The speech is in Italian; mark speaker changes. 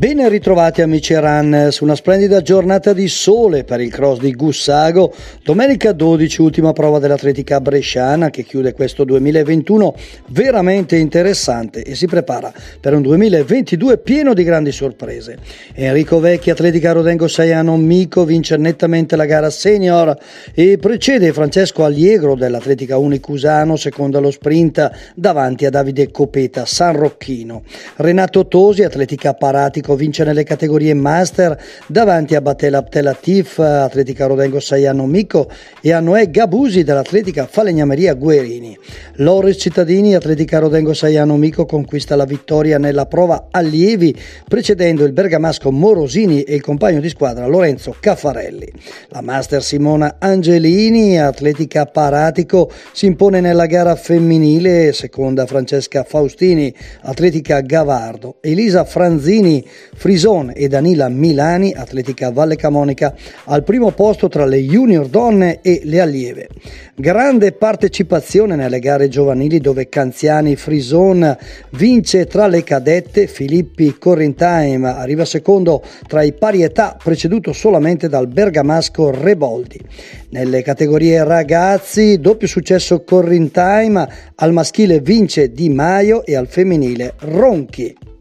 Speaker 1: Ben ritrovati amici runners, una splendida giornata di sole per il cross di Gussago, domenica 12, ultima prova dell'atletica bresciana che chiude questo 2021 veramente interessante e si prepara per un 2022 pieno di grandi sorprese. Enrico Vecchi, atletica Rodengo Saiano Mico, vince nettamente la gara senior e precede Francesco Alliegro dell'atletica Unicusano, secondo allo sprint davanti a Davide Copeta San Rocchino. Renato Tosi, atletica Paratico, vince nelle categorie master davanti a Batel Abdelatif, atletica Rodengo Saiano Mico, e a Noè Gabusi dell'atletica Falegnameria Guerini. Loris Cittadini, atletica Rodengo Saiano Mico, conquista la vittoria nella prova allievi, precedendo il bergamasco Morosini e il compagno di squadra Lorenzo Caffarelli. La master Simona Angelini, atletica Paratico, si impone nella gara femminile, seconda Francesca Faustini, atletica Gavardo. Elisa Franzini Frison e Danila Milani, atletica Valle Camonica, al primo posto tra le junior donne e le allieve. Grande partecipazione nelle gare giovanili dove Canziani Frison vince tra le cadette, Filippi Corrintime arriva secondo tra i pari età, preceduto solamente dal bergamasco Reboldi. Nelle categorie ragazzi, doppio successo Corrintime, al maschile vince Di Maio e al femminile Ronchi.